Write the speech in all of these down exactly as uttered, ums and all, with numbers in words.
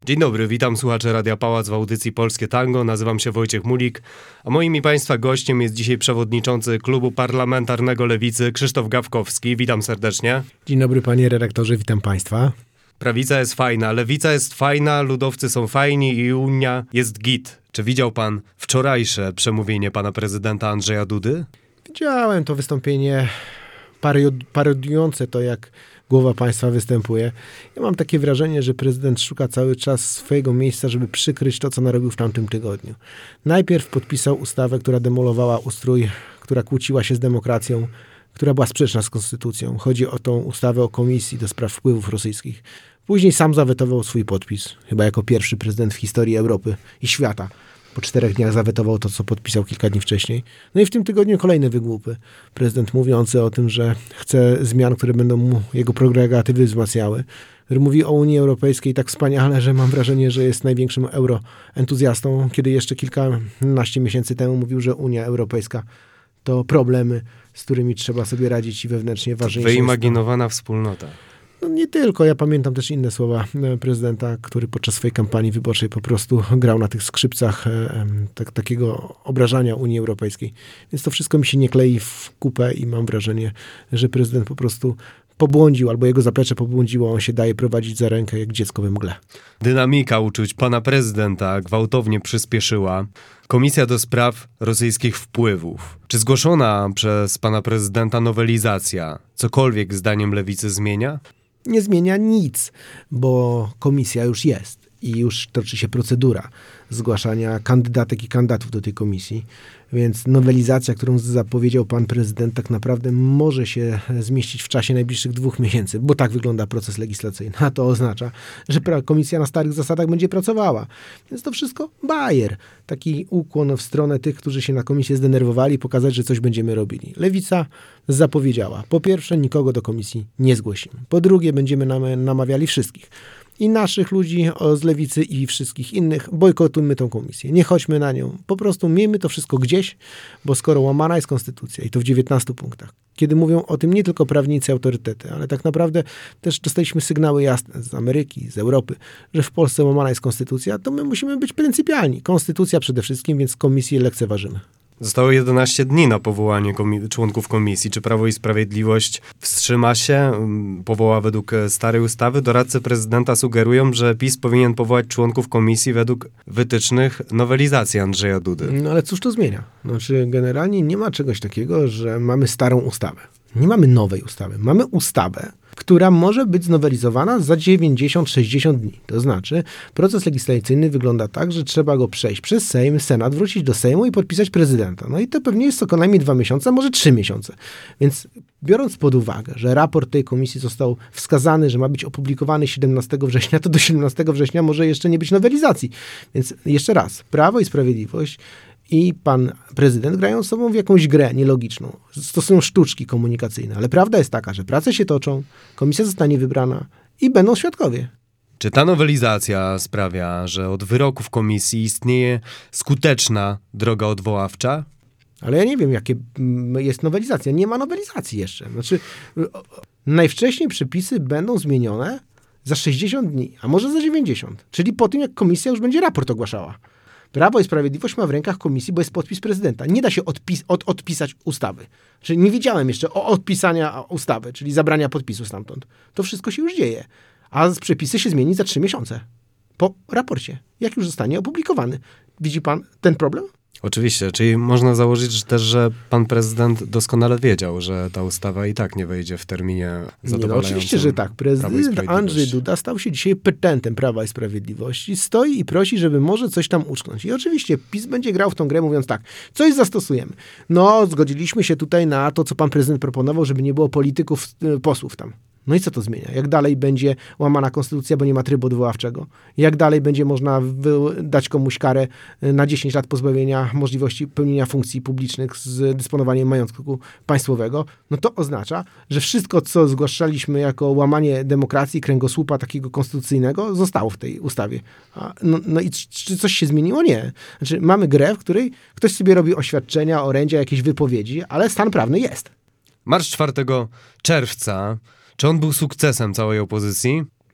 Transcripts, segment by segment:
Dzień dobry, witam słuchaczy Radia Pałac w audycji Polskie Tango. Nazywam się Wojciech Mulik, a moim i Państwa gościem jest dzisiaj przewodniczący Klubu Parlamentarnego Lewicy Krzysztof Gawkowski. Witam serdecznie. Dzień dobry panie redaktorze, witam Państwa. Prawica jest fajna, lewica jest fajna, ludowcy są fajni i Unia jest git. Czy widział pan wczorajsze przemówienie pana prezydenta Andrzeja Dudy? Widziałem to wystąpienie parodiujące to, jak głowa państwa występuje. Ja mam takie wrażenie, że prezydent szuka cały czas swojego miejsca, żeby przykryć to, co narobił w tamtym tygodniu. Najpierw podpisał ustawę, która demolowała ustrój, która kłóciła się z demokracją, która była sprzeczna z konstytucją. Chodzi o tą ustawę o Komisji do Spraw Wpływów Rosyjskich. Później sam zawetował swój podpis, chyba jako pierwszy prezydent w historii Europy i świata. Po czterech dniach zawetował to, co podpisał kilka dni wcześniej. No i w tym tygodniu kolejne wygłupy. Prezydent mówiący o tym, że chce zmian, które będą mu jego prerogatywy wzmacniały. Który mówi o Unii Europejskiej tak wspaniale, że mam wrażenie, że jest największym euroentuzjastą, kiedy jeszcze kilkanaście miesięcy temu mówił, że Unia Europejska to problemy, z którymi trzeba sobie radzić i wewnętrznie ważniejsze jest. Wyimaginowana wspólnota. No nie tylko, ja pamiętam też inne słowa prezydenta, który podczas swojej kampanii wyborczej po prostu grał na tych skrzypcach e, tak, takiego obrażania Unii Europejskiej. Więc to wszystko mi się nie klei w kupę i mam wrażenie, że prezydent po prostu pobłądził, albo jego zaplecze pobłądziło, on się daje prowadzić za rękę jak dziecko we mgle. Dynamika uczuć pana prezydenta gwałtownie przyspieszyła. Komisja do spraw rosyjskich wpływów. Czy zgłoszona przez pana prezydenta nowelizacja cokolwiek zdaniem lewicy zmienia? Nie zmienia nic, bo komisja już jest i już toczy się procedura zgłaszania kandydatek i kandydatów do tej komisji. Więc nowelizacja, którą zapowiedział pan prezydent, tak naprawdę może się zmieścić w czasie najbliższych dwóch miesięcy, bo tak wygląda proces legislacyjny. A to oznacza, że komisja na starych zasadach będzie pracowała. Więc to wszystko bajer. Taki ukłon w stronę tych, którzy się na komisję zdenerwowali, pokazać, że coś będziemy robili. Lewica zapowiedziała. Po pierwsze, nikogo do komisji nie zgłosimy. Po drugie, będziemy nam, namawiali wszystkich. I naszych ludzi z lewicy i wszystkich innych, bojkotujmy tą komisję. Nie chodźmy na nią. Po prostu miejmy to wszystko gdzieś, bo skoro łamana jest konstytucja i to w dziewiętnastu punktach, kiedy mówią o tym nie tylko prawnicy, autorytety, ale tak naprawdę też dostaliśmy sygnały jasne z Ameryki, z Europy, że w Polsce łamana jest konstytucja, to my musimy być pryncypialni. Konstytucja przede wszystkim, więc komisję lekceważymy. Zostało jedenaście dni na powołanie komi- członków komisji. Czy Prawo i Sprawiedliwość wstrzyma się, powoła według starej ustawy? Doradcy prezydenta sugerują, że PiS powinien powołać członków komisji według wytycznych nowelizacji Andrzeja Dudy. No ale cóż to zmienia? Znaczy generalnie nie ma czegoś takiego, że mamy starą ustawę. Nie mamy nowej ustawy. Mamy ustawę, która może być znowelizowana za dziewięćdziesiąt sześćdziesiąt dni. To znaczy proces legislacyjny wygląda tak, że trzeba go przejść przez Sejm, Senat, wrócić do Sejmu i podpisać prezydenta. No i to pewnie jest co najmniej dwa miesiące, a może trzy miesiące. Więc biorąc pod uwagę, że raport tej komisji został wskazany, że ma być opublikowany siedemnastego września, to do siedemnastego września może jeszcze nie być nowelizacji. Więc jeszcze raz, Prawo i Sprawiedliwość i pan prezydent grają z sobą w jakąś grę nielogiczną. Stosują sztuczki komunikacyjne. Ale prawda jest taka, że prace się toczą, komisja zostanie wybrana i będą świadkowie. Czy ta nowelizacja sprawia, że od wyroków komisji istnieje skuteczna droga odwoławcza? Ale ja nie wiem, jakie jest nowelizacja. Nie ma nowelizacji jeszcze. Znaczy, najwcześniej przepisy będą zmienione za sześćdziesiąt dni, a może za dziewięćdziesiąt. Czyli po tym, jak komisja już będzie raport ogłaszała. Prawo i Sprawiedliwość ma w rękach komisji, bo jest podpis prezydenta. Nie da się odpis, od, odpisać ustawy. Czyli nie widziałem jeszcze o odpisania ustawy, czyli zabrania podpisu stamtąd. To wszystko się już dzieje. A przepisy się zmieni za trzy miesiące. Po raporcie. Jak już zostanie opublikowany. Widzi pan ten problem? Oczywiście, czyli można założyć że też, że pan prezydent doskonale wiedział, że ta ustawa i tak nie wejdzie w terminie zadowalającym. No, oczywiście, że tak. Prezydent Andrzej Duda stał się dzisiaj petentem Prawa i Sprawiedliwości. Stoi i prosi, żeby może coś tam uczknąć. I oczywiście PiS będzie grał w tą grę, mówiąc tak, coś zastosujemy. No, zgodziliśmy się tutaj na to, co pan prezydent proponował, żeby nie było polityków, posłów tam. No i co to zmienia? Jak dalej będzie łamana konstytucja, bo nie ma trybu odwoławczego? Jak dalej będzie można dać komuś karę na dziesięć lat pozbawienia możliwości pełnienia funkcji publicznych z dysponowaniem majątku państwowego? No to oznacza, że wszystko, co zgłaszaliśmy jako łamanie demokracji, kręgosłupa takiego konstytucyjnego, zostało w tej ustawie. A no, no i czy coś się zmieniło? Nie. Znaczy, mamy grę, w której ktoś sobie robi oświadczenia, orędzia, jakieś wypowiedzi, ale stan prawny jest. Marsz czwartego czerwca. Czy on był sukcesem całej opozycji?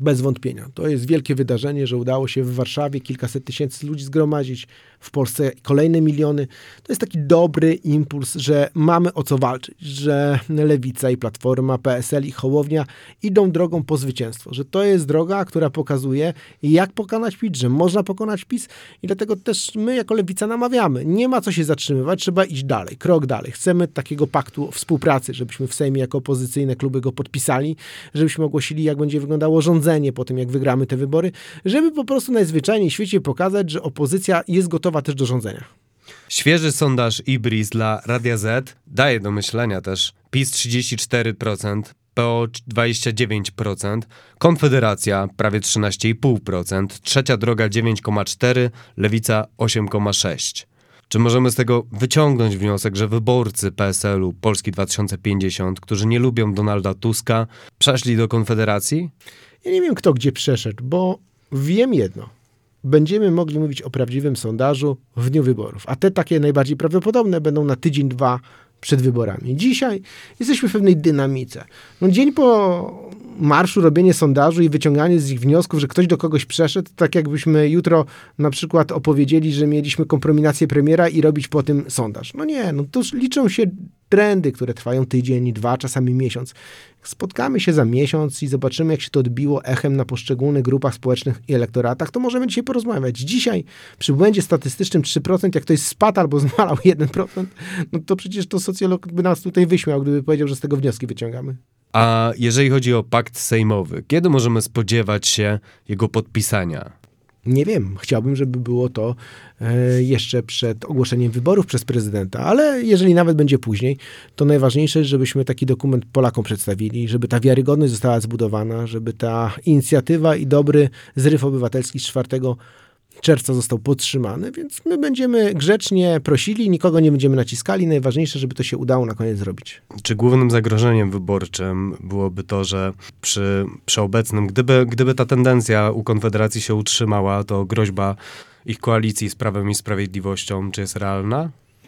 Bez wątpienia. To jest wielkie wydarzenie, że udało się w Warszawie kilkaset tysięcy ludzi zgromadzić, w Polsce kolejne miliony. To jest taki dobry impuls, że mamy o co walczyć, że Lewica i Platforma, P S L i Hołownia idą drogą po zwycięstwo, że to jest droga, która pokazuje, jak pokonać PiS, że można pokonać PiS i dlatego też my jako Lewica namawiamy. Nie ma co się zatrzymywać, trzeba iść dalej, krok dalej. Chcemy takiego paktu współpracy, żebyśmy w Sejmie jako opozycyjne kluby go podpisali, żebyśmy ogłosili, jak będzie wyglądało rządzenie po tym, jak wygramy te wybory, żeby po prostu najzwyczajniej w świecie pokazać, że opozycja jest gotowa też do rządzenia. Świeży sondaż Ibris dla Radia Z daje do myślenia też. PiS trzydzieści cztery procent, P O dwadzieścia dziewięć procent, Konfederacja prawie trzynaście i pół procent, Trzecia Droga dziewięć przecinek cztery procent, Lewica osiem przecinek sześć procent. Czy możemy z tego wyciągnąć wniosek, że wyborcy P S L u Polski dwa tysiące pięćdziesiąt, którzy nie lubią Donalda Tuska, przeszli do Konfederacji? Ja nie wiem, kto gdzie przeszedł, bo wiem jedno. Będziemy mogli mówić o prawdziwym sondażu w dniu wyborów, a te takie najbardziej prawdopodobne będą na tydzień, dwa przed wyborami. Dzisiaj jesteśmy w pewnej dynamice. No, dzień po marszu robienie sondażu i wyciąganie z ich wniosków, że ktoś do kogoś przeszedł, tak jakbyśmy jutro na przykład opowiedzieli, że mieliśmy kompromitację premiera i robić po tym sondaż. No nie, no to liczą się trendy, które trwają tydzień, dwa, czasami miesiąc. Spotkamy się za miesiąc i zobaczymy, jak się to odbiło echem na poszczególnych grupach społecznych i elektoratach, to możemy dzisiaj porozmawiać. Dzisiaj przy błędzie statystycznym trzy procent, jak ktoś spadł albo zmalał jeden procent, no to przecież to socjolog by nas tutaj wyśmiał, gdyby powiedział, że z tego wnioski wyciągamy. A jeżeli chodzi o pakt sejmowy, kiedy możemy spodziewać się jego podpisania? Nie wiem. Chciałbym, żeby było to e, jeszcze przed ogłoszeniem wyborów przez prezydenta, ale jeżeli nawet będzie później, to najważniejsze jest, żebyśmy taki dokument Polakom przedstawili, żeby ta wiarygodność została zbudowana, żeby ta inicjatywa i dobry zryw obywatelski z czwartego czerwca został podtrzymany, więc my będziemy grzecznie prosili, nikogo nie będziemy naciskali. Najważniejsze, żeby to się udało na koniec zrobić. Czy głównym zagrożeniem wyborczym byłoby to, że przy, przy obecnym, gdyby, gdyby ta tendencja u Konfederacji się utrzymała, to groźba ich koalicji z Prawem i Sprawiedliwością, czy jest realna?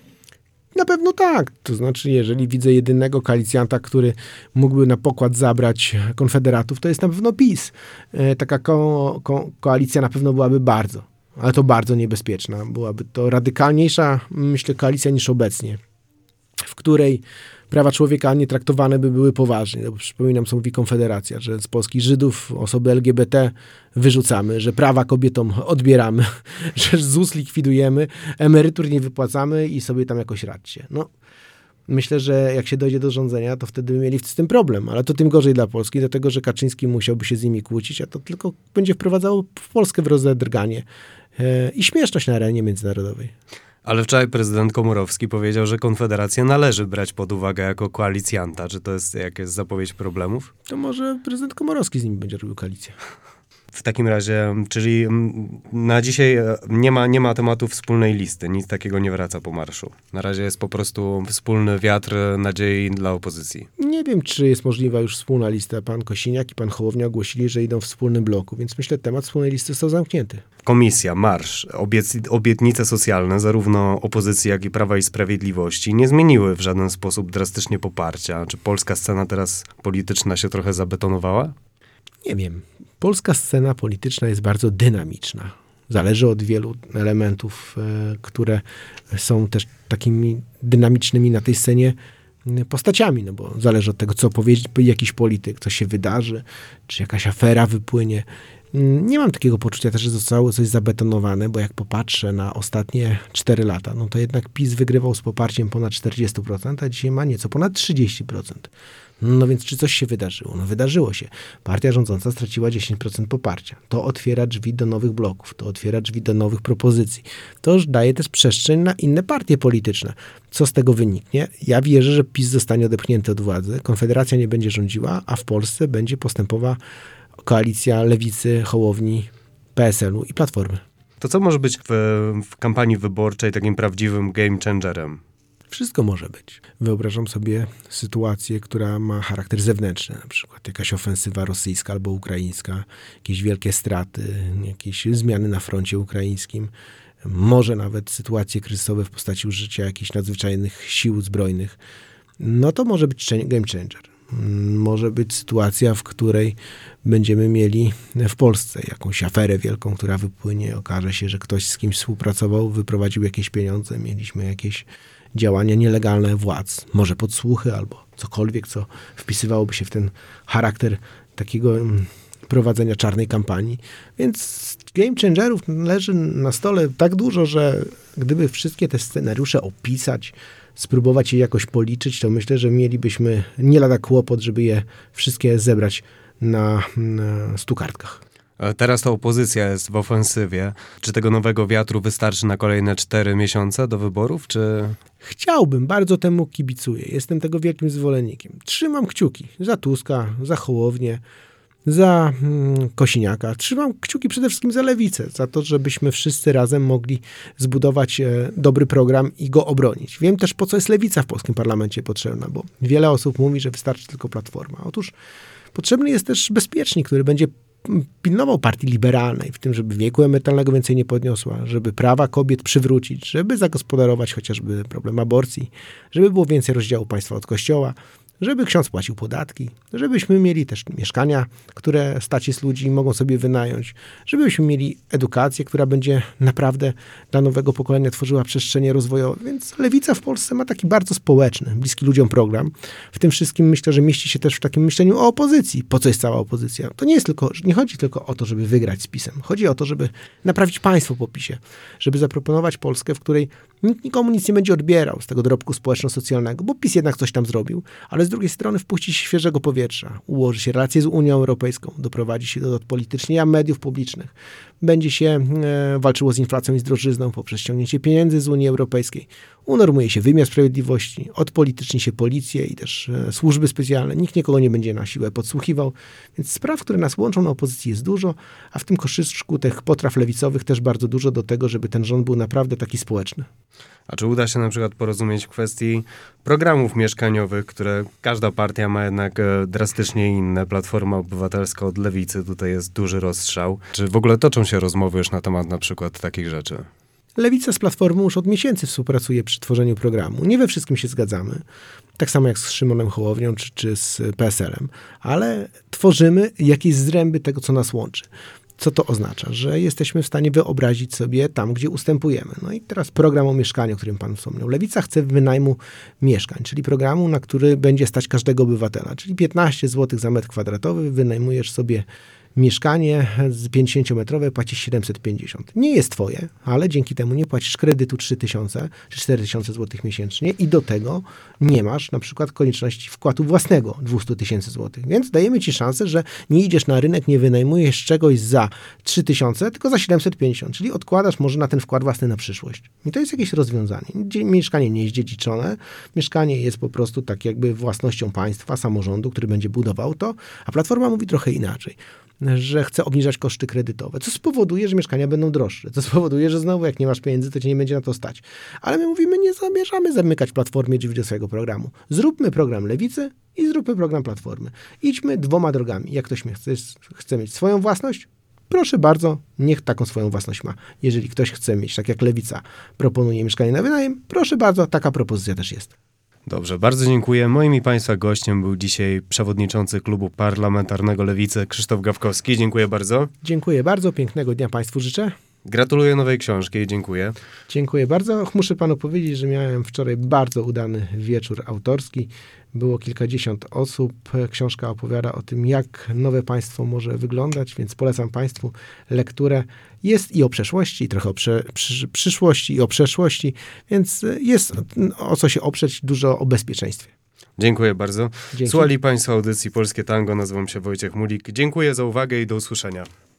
Na pewno tak. To znaczy, jeżeli widzę jedynego koalicjanta, który mógłby na pokład zabrać konfederatów, to jest na pewno PiS. E, taka ko- ko- koalicja na pewno byłaby bardzo, ale to bardzo niebezpieczna. Byłaby to radykalniejsza, myślę, koalicja niż obecnie, w której prawa człowieka nie traktowane by były poważnie. No, przypominam, co mówi Konfederacja, że z polskich Żydów osoby L G B T wyrzucamy, że prawa kobietom odbieramy, że Z U S likwidujemy, emerytur nie wypłacamy i sobie tam jakoś radźcie. No, myślę, że jak się dojdzie do rządzenia, to wtedy by mieli z tym problem, ale to tym gorzej dla Polski, dlatego że Kaczyński musiałby się z nimi kłócić, a to tylko będzie wprowadzało w Polskę w rozdrganie yy, i śmieszność na arenie międzynarodowej. Ale wczoraj prezydent Komorowski powiedział, że Konfederację należy brać pod uwagę jako koalicjanta. Czy to jest jakaś zapowiedź problemów? To może prezydent Komorowski z nimi będzie robił koalicję. W takim razie, czyli na dzisiaj nie ma, nie ma tematu wspólnej listy. Nic takiego nie wraca po marszu. Na razie jest po prostu wspólny wiatr nadziei dla opozycji. Nie wiem, czy jest możliwa już wspólna lista. Pan Kosiniak i pan Hołownia ogłosili, że idą w wspólnym bloku, więc myślę, temat wspólnej listy został zamknięty. Komisja, marsz, obiec- obietnice socjalne zarówno opozycji, jak i Prawa i Sprawiedliwości nie zmieniły w żaden sposób drastycznie poparcia. Czy polska scena teraz polityczna się trochę zabetonowała? Nie wiem. Polska scena polityczna jest bardzo dynamiczna. Zależy od wielu elementów, e, które są też takimi dynamicznymi na tej scenie postaciami, no bo zależy od tego, co powiedzieć jakiś polityk, co się wydarzy, czy jakaś afera wypłynie. Nie mam takiego poczucia też, że zostało coś zabetonowane, bo jak popatrzę na ostatnie cztery lata, no to jednak PiS wygrywał z poparciem ponad czterdzieści procent, a dzisiaj ma nieco ponad trzydzieści procent. No więc czy coś się wydarzyło? No wydarzyło się. Partia rządząca straciła dziesięć procent poparcia. To otwiera drzwi do nowych bloków, to otwiera drzwi do nowych propozycji. To już daje też przestrzeń na inne partie polityczne. Co z tego wyniknie? Ja wierzę, że PiS zostanie odepchnięty od władzy, Konfederacja nie będzie rządziła, a w Polsce będzie postępowała koalicja Lewicy, Hołowni, P S L u i Platformy. To co może być w, w kampanii wyborczej takim prawdziwym game changerem? Wszystko może być. Wyobrażam sobie sytuację, która ma charakter zewnętrzny, na przykład jakaś ofensywa rosyjska albo ukraińska, jakieś wielkie straty, jakieś zmiany na froncie ukraińskim, może nawet sytuacje kryzysowe w postaci użycia jakichś nadzwyczajnych sił zbrojnych. No to może być game changer. Może być sytuacja, w której będziemy mieli w Polsce jakąś aferę wielką, która wypłynie, okaże się, że ktoś z kimś współpracował, wyprowadził jakieś pieniądze, mieliśmy jakieś działania nielegalne władz, może podsłuchy albo cokolwiek, co wpisywałoby się w ten charakter takiego prowadzenia czarnej kampanii. Więc game changerów leży na stole tak dużo, że gdyby wszystkie te scenariusze opisać, spróbować je jakoś policzyć, to myślę, że mielibyśmy nie lada kłopot, żeby je wszystkie zebrać na, na stu kartkach. Teraz ta opozycja jest w ofensywie. Czy tego nowego wiatru wystarczy na kolejne cztery miesiące do wyborów, czy... Chciałbym, bardzo temu kibicuję. Jestem tego wielkim zwolennikiem. Trzymam kciuki za Tuska, za Hołownię, za hmm, Kosiniaka. Trzymam kciuki przede wszystkim za Lewicę, za to, żebyśmy wszyscy razem mogli zbudować e, dobry program i go obronić. Wiem też, po co jest Lewica w polskim parlamencie potrzebna, bo wiele osób mówi, że wystarczy tylko Platforma. Otóż potrzebny jest też bezpiecznik, który będzie pilnował partii liberalnej, w tym, żeby wieku emerytalnego więcej nie podniosła, żeby prawa kobiet przywrócić, żeby zagospodarować chociażby problem aborcji, żeby było więcej rozdziału państwa od kościoła, żeby ksiądz płacił podatki, żebyśmy mieli też mieszkania, które stać jest ludzi i mogą sobie wynająć, żebyśmy mieli edukację, która będzie naprawdę dla nowego pokolenia tworzyła przestrzenie rozwojowe. Więc Lewica w Polsce ma taki bardzo społeczny, bliski ludziom program. W tym wszystkim myślę, że mieści się też w takim myśleniu o opozycji. Po co jest cała opozycja? To nie jest tylko, nie chodzi tylko o to, żeby wygrać z PiS-em. Chodzi o to, żeby naprawić państwo po PiS-ie, żeby zaproponować Polskę, w której nikt nikomu nic nie będzie odbierał z tego dorobku społeczno-socjalnego, bo PiS jednak coś tam zrobił, ale z drugiej strony wpuści się świeżego powietrza, ułoży się relacje z Unią Europejską, doprowadzi się do odpolitycznienia mediów publicznych, będzie się e, walczyło z inflacją i z drożyzną poprzez ściągnięcie pieniędzy z Unii Europejskiej, unormuje się wymiar sprawiedliwości, odpolityczni się policję i też e, służby specjalne, nikt nikogo nie będzie na siłę podsłuchiwał, więc spraw, które nas łączą na opozycji jest dużo, a w tym koszyczku tych potraw lewicowych też bardzo dużo do tego, żeby ten rząd był naprawdę taki społeczny. A czy uda się na przykład porozumieć w kwestii programów mieszkaniowych, które każda partia ma jednak e, drastycznie inne. Platforma Obywatelska od Lewicy, tutaj jest duży rozstrzał. Czy w ogóle toczą się rozmowy już na temat na przykład takich rzeczy? Lewica z Platformą już od miesięcy współpracuje przy tworzeniu programu. Nie we wszystkim się zgadzamy. Tak samo jak z Szymonem Hołownią czy, czy z P S L em. Ale tworzymy jakieś zręby tego, co nas łączy. Co to oznacza? Że jesteśmy w stanie wyobrazić sobie tam, gdzie ustępujemy. No i teraz program o mieszkaniu, o którym pan wspomniał. Lewica chce wynajmu mieszkań, czyli programu, na który będzie stać każdego obywatela. Czyli piętnaście złotych za metr kwadratowy, wynajmujesz sobie mieszkanie z pięćdziesięciometrowe, płacisz siedemset pięćdziesiąt. Nie jest twoje, ale dzięki temu nie płacisz kredytu trzy tysiące czy cztery tysiące złotych miesięcznie i do tego nie masz na przykład konieczności wkładu własnego dwieście tysięcy złotych. Więc dajemy ci szansę, że nie idziesz na rynek, nie wynajmujesz czegoś za trzy tysiące, tylko za siedemset pięćdziesiąt, czyli odkładasz może na ten wkład własny na przyszłość. I to jest jakieś rozwiązanie. Mieszkanie nie jest dziedziczone, mieszkanie jest po prostu tak jakby własnością państwa, samorządu, który będzie budował to, a Platforma mówi trochę inaczej, że chce obniżać koszty kredytowe, co spowoduje, że mieszkania będą droższe, co spowoduje, że znowu jak nie masz pieniędzy, to cię nie będzie na to stać. Ale my mówimy, nie zamierzamy zamykać Platformie drzwi do swojego programu. Zróbmy program Lewicy i zróbmy program Platformy. Idźmy dwoma drogami. Jak ktoś chce, chce mieć swoją własność, proszę bardzo, niech taką swoją własność ma. Jeżeli ktoś chce mieć, tak jak Lewica proponuje mieszkanie na wynajem, proszę bardzo, taka propozycja też jest. Dobrze, bardzo dziękuję. Moim i Państwa gościem był dzisiaj przewodniczący Klubu Parlamentarnego Lewicy Krzysztof Gawkowski. Dziękuję bardzo. Dziękuję bardzo. Pięknego dnia Państwu życzę. Gratuluję nowej książki i dziękuję. Dziękuję bardzo. Muszę Panu powiedzieć, że miałem wczoraj bardzo udany wieczór autorski. Było kilkadziesiąt osób. Książka opowiada o tym, jak nowe państwo może wyglądać, więc polecam Państwu lekturę. Jest i o przeszłości, i trochę o prze, przy, przyszłości, i o przeszłości, więc jest o co się oprzeć, dużo o bezpieczeństwie. Dziękuję bardzo. Dzięki. Słuchali Państwo audycji Polskie Tango. Nazywam się Wojciech Mulik. Dziękuję za uwagę i do usłyszenia.